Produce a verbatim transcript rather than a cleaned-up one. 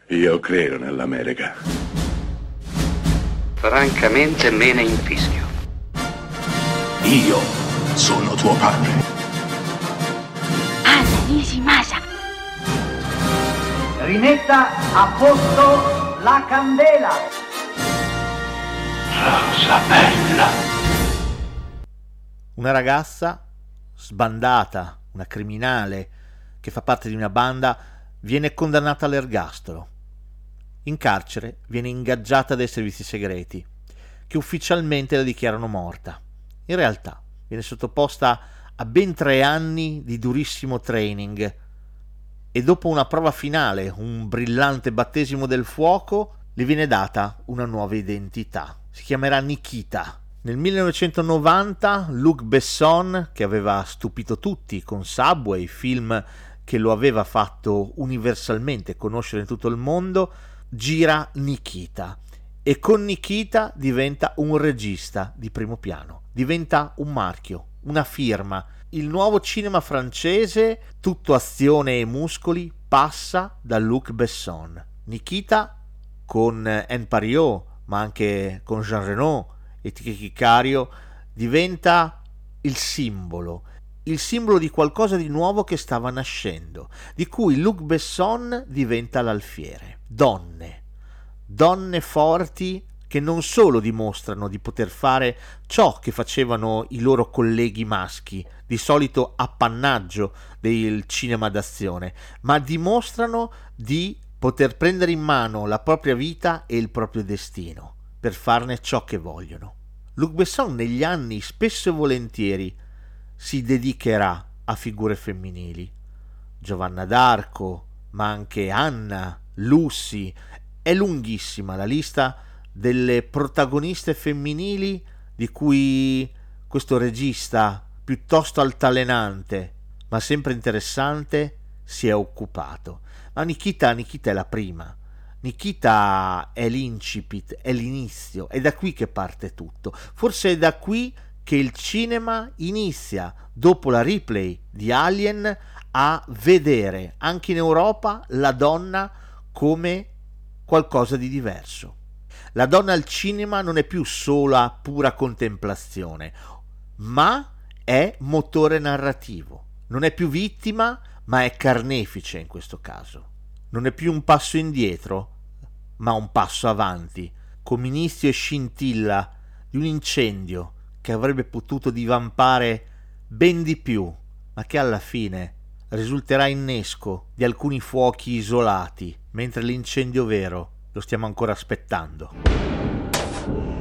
Io credo nell'America. Francamente me ne infischio. Io sono tuo padre. Anna Nishimasa. Rimetta a posto la candela. Rosa bella. Una ragazza sbandata, una criminale che fa parte di una banda, viene condannata all'ergastolo. In carcere viene ingaggiata dai servizi segreti, che ufficialmente la dichiarano morta. In realtà viene sottoposta a ben tre anni di durissimo training e dopo una prova finale, un brillante battesimo del fuoco, le viene data una nuova identità. Si chiamerà Nikita. Nel millenovecentonovanta Luc Besson, che aveva stupito tutti con Subway, film che lo aveva fatto universalmente conoscere in tutto il mondo, gira Nikita e con Nikita diventa un regista di primo piano, diventa un marchio, una firma. Il nuovo cinema francese, tutto azione e muscoli, passa da Luc Besson. Nikita con Anne Pariot, ma anche con Jean Reno e Tchéky Karyo, diventa il simbolo, il simbolo di qualcosa di nuovo che stava nascendo, di cui Luc Besson diventa l'alfiere. Donne, donne forti che non solo dimostrano di poter fare ciò che facevano i loro colleghi maschi, di solito appannaggio del cinema d'azione, ma dimostrano di poter prendere in mano la propria vita e il proprio destino per farne ciò che vogliono. Luc Besson negli anni spesso e volentieri si dedicherà a figure femminili. Giovanna d'Arco, ma anche Anna, Lucy. È lunghissima la lista delle protagoniste femminili di cui questo regista piuttosto altalenante ma sempre interessante si è occupato. Ma Nikita, Nikita è la prima. Nikita è l'incipit, è l'inizio, è da qui che parte tutto. Forse è da qui che il cinema inizia, dopo la replay di Alien, a vedere anche in Europa la donna come qualcosa di diverso. La donna al cinema non è più sola pura contemplazione, ma è motore narrativo. Non è più vittima, ma è carnefice in questo caso. Non è più un passo indietro, ma un passo avanti, come inizio e scintilla di un incendio che avrebbe potuto divampare ben di più, ma che alla fine risulterà innesco di alcuni fuochi isolati, mentre l'incendio vero lo stiamo ancora aspettando.